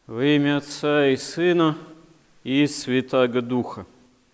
Во имя Отца и Сына и Святаго Духа.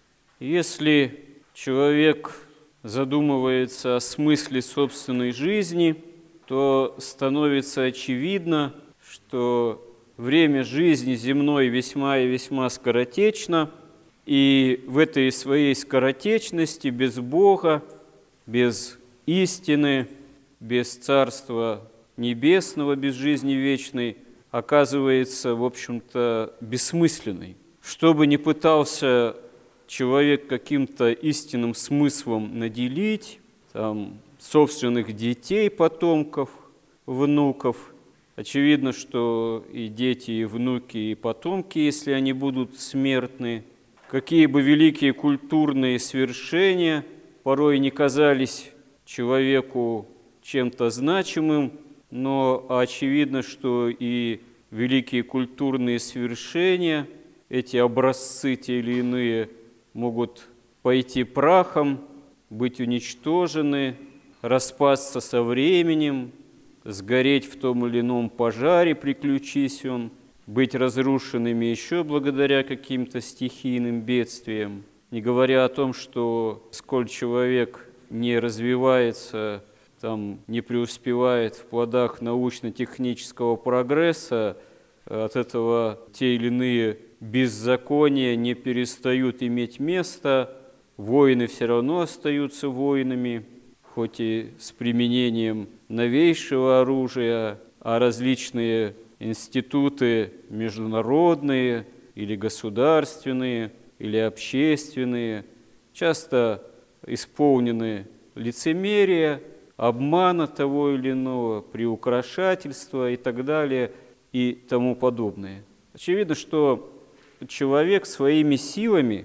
Если человек задумывается о смысле собственной жизни, то становится очевидно, что время жизни земной весьма и весьма скоротечно, и в этой своей скоротечности без Бога, без истины, без Царства Небесного, без жизни вечной, оказывается, в общем-то, бессмысленной. Что бы ни пытался человек каким-то истинным смыслом наделить, собственных детей, потомков, внуков, очевидно, что и дети, и внуки, и потомки, если они будут смертны, какие бы великие культурные свершения порой не казались человеку чем-то значимым, но очевидно, что и великие культурные свершения, эти образцы те или иные, могут пойти прахом, быть уничтожены, распасться со временем, сгореть в том или ином пожаре, приключись он, быть разрушенными еще благодаря каким-то стихийным бедствиям. Не говоря о том, что сколь человек не развивается, не преуспевает в плодах научно-технического прогресса, от этого те или иные беззакония не перестают иметь место, воины все равно остаются воинами, хоть и с применением новейшего оружия, а различные институты международные или государственные, или общественные часто исполнены лицемерия, обмана того или иного, приукрашательства и так далее и тому подобное. Очевидно, что человек своими силами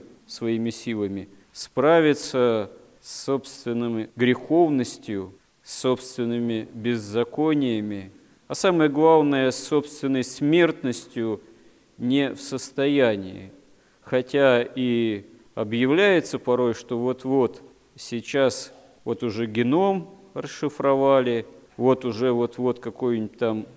справится с собственной греховностью, с собственными беззакониями, а самое главное, с собственной смертностью не в состоянии. Хотя и объявляется порой, что вот-вот сейчас уже геном расшифровали, вот какой-нибудь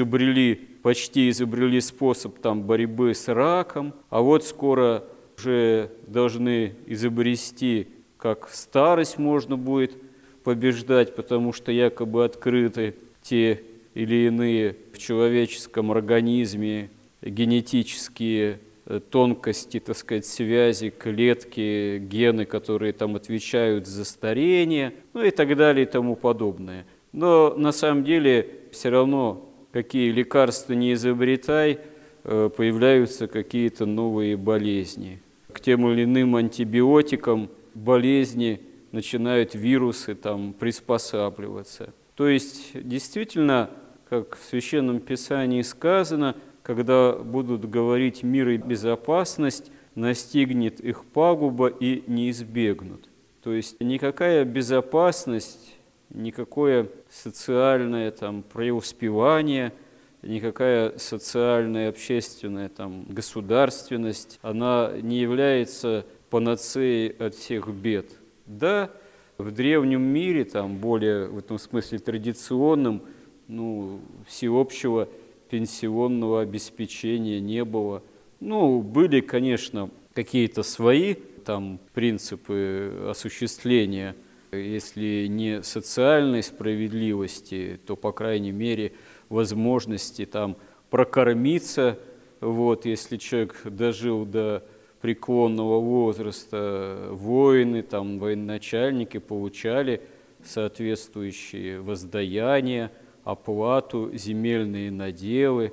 почти изобрели способ борьбы с раком, а вот скоро уже должны изобрести, как старость можно будет побеждать, потому что якобы открыты те или иные в человеческом организме генетические тонкости, связи, клетки, гены, которые отвечают за старение, и так далее и тому подобное. Но на самом деле все равно, какие лекарства не изобретай, появляются какие-то новые болезни. К тем или иным антибиотикам болезни начинают вирусы приспосабливаться. То есть, действительно, как в Священном Писании сказано, когда будут говорить «мир и безопасность», настигнет их пагуба и не избегнут. То есть никакая безопасность, никакое социальное преуспевание, никакая социальная, общественная государственность, она не является панацеей от всех бед. Да, в древнем мире, более в этом смысле традиционном, всеобщего пенсионного обеспечения не было. Были, конечно, какие-то свои принципы осуществления, если не социальной справедливости, то, по крайней мере, возможности прокормиться. Если человек дожил до преклонного возраста, воины, военачальники получали соответствующие воздаяния, оплату, земельные наделы.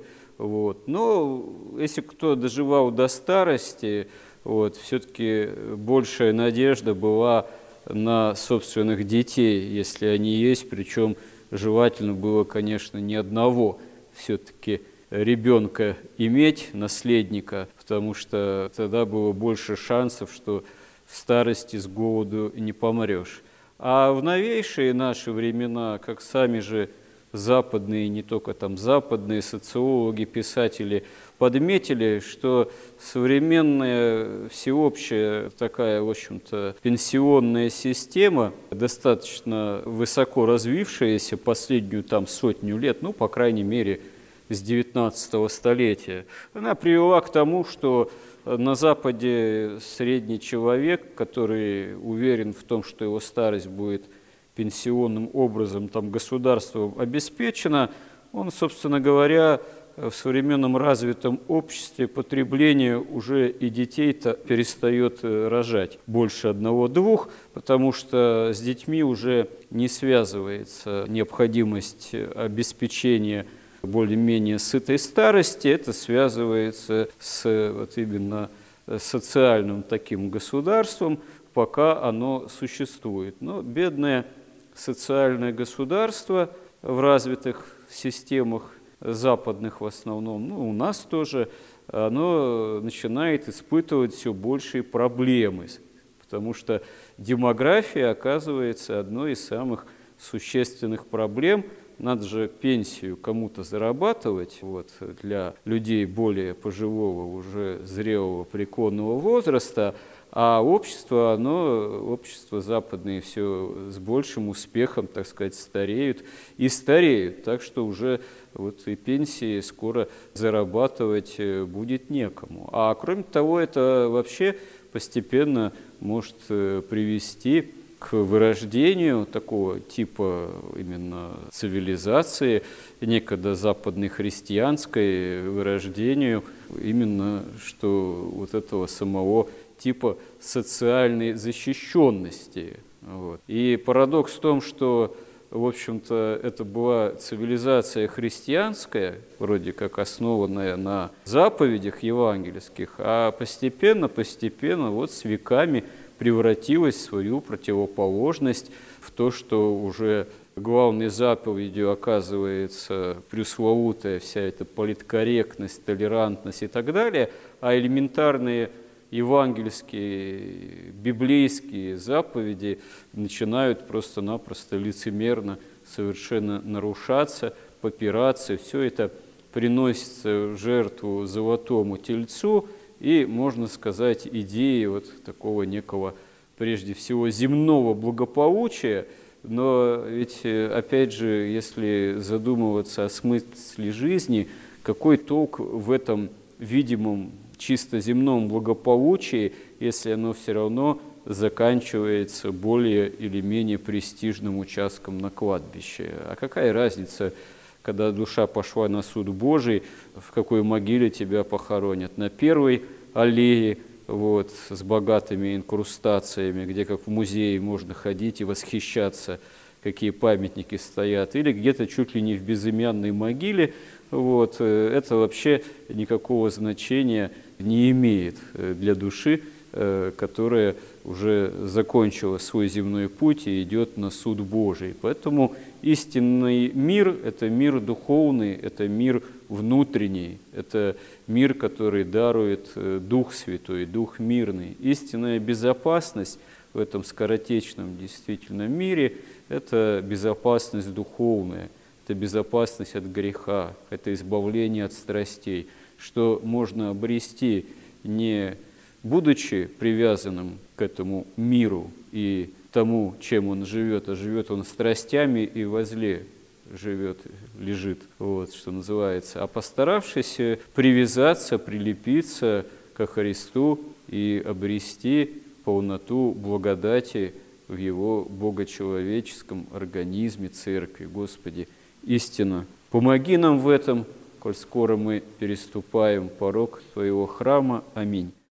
Но если кто доживал до старости, все-таки большая надежда была на собственных детей, если они есть, причем желательно было, конечно, не одного все-таки ребенка иметь, наследника, потому что тогда было больше шансов, что в старости с голоду не помрешь. А в новейшие наши времена, как сами же западные, не только западные социологи, писатели подметили, что современная всеобщая такая, в общем-то, пенсионная система, достаточно высоко развившаяся последнюю сотню лет, по крайней мере, с XIX столетия. Она привела к тому, что на Западе средний человек, который уверен в том, что его старость будет пенсионным образом там, государством обеспечена, он, собственно говоря, в современном развитом обществе потребление уже и детей-то перестает рожать больше одного-двух, потому что с детьми уже не связывается необходимость обеспечения более-менее сытой старости, это связывается с вот именно социальным таким государством, пока оно существует. Но бедное социальное государство в развитых системах западных в основном, ну, у нас тоже, оно начинает испытывать все большие проблемы, потому что демография оказывается одной из самых существенных проблем. Надо же пенсию кому-то зарабатывать, вот, для людей более пожилого, уже зрелого, преклонного возраста, а общество западное все с большим успехом, так сказать, стареют и стареют, так что уже вот и пенсии скоро зарабатывать будет некому. А кроме того, это вообще постепенно может привести к вырождению такого типа именно цивилизации, некогда западной христианской, вырождению именно что вот этого самого типа социальной защищенности. Вот. И парадокс в том, что, в общем-то, это была цивилизация христианская, вроде как основанная на заповедях евангельских, а постепенно, вот с веками превратилась в свою противоположность в то, что уже главной заповедью оказывается пресловутая вся эта политкорректность, толерантность и так далее, а элементарные евангельские, библейские заповеди начинают просто-напросто лицемерно совершенно нарушаться, попираться. Все это приносится в жертву золотому тельцу, и, можно сказать, идеи вот такого некого, прежде всего, земного благополучия. Но ведь, опять же, если задумываться о смысле жизни, какой толк в этом видимом чисто земном благополучии, если оно все равно заканчивается более или менее престижным участком на кладбище? А какая разница, когда душа пошла на суд Божий, в какой могиле тебя похоронят? На первой аллее, вот, с богатыми инкрустациями, где как в музее можно ходить и восхищаться, какие памятники стоят, или где-то чуть ли не в безымянной могиле, вот, это вообще никакого значения не имеет для души, которая уже закончила свой земной путь и идет на суд Божий. Поэтому истинный мир – это мир духовный, это мир внутренний, это мир, который дарует Дух Святой, Дух мирный. Истинная безопасность в этом скоротечном действительно мире – это безопасность духовная, это безопасность от греха, это избавление от страстей, что можно обрести, не будучи привязанным к этому миру и тому, чем он живет, а живет он страстями и во зле живет, лежит, вот, что называется, а постаравшись привязаться, прилепиться ко Христу и обрести полноту благодати в Его богочеловеческом организме Церкви. Господи, истинно, помоги нам в этом, коль скоро мы переступаем порог Твоего храма. Аминь.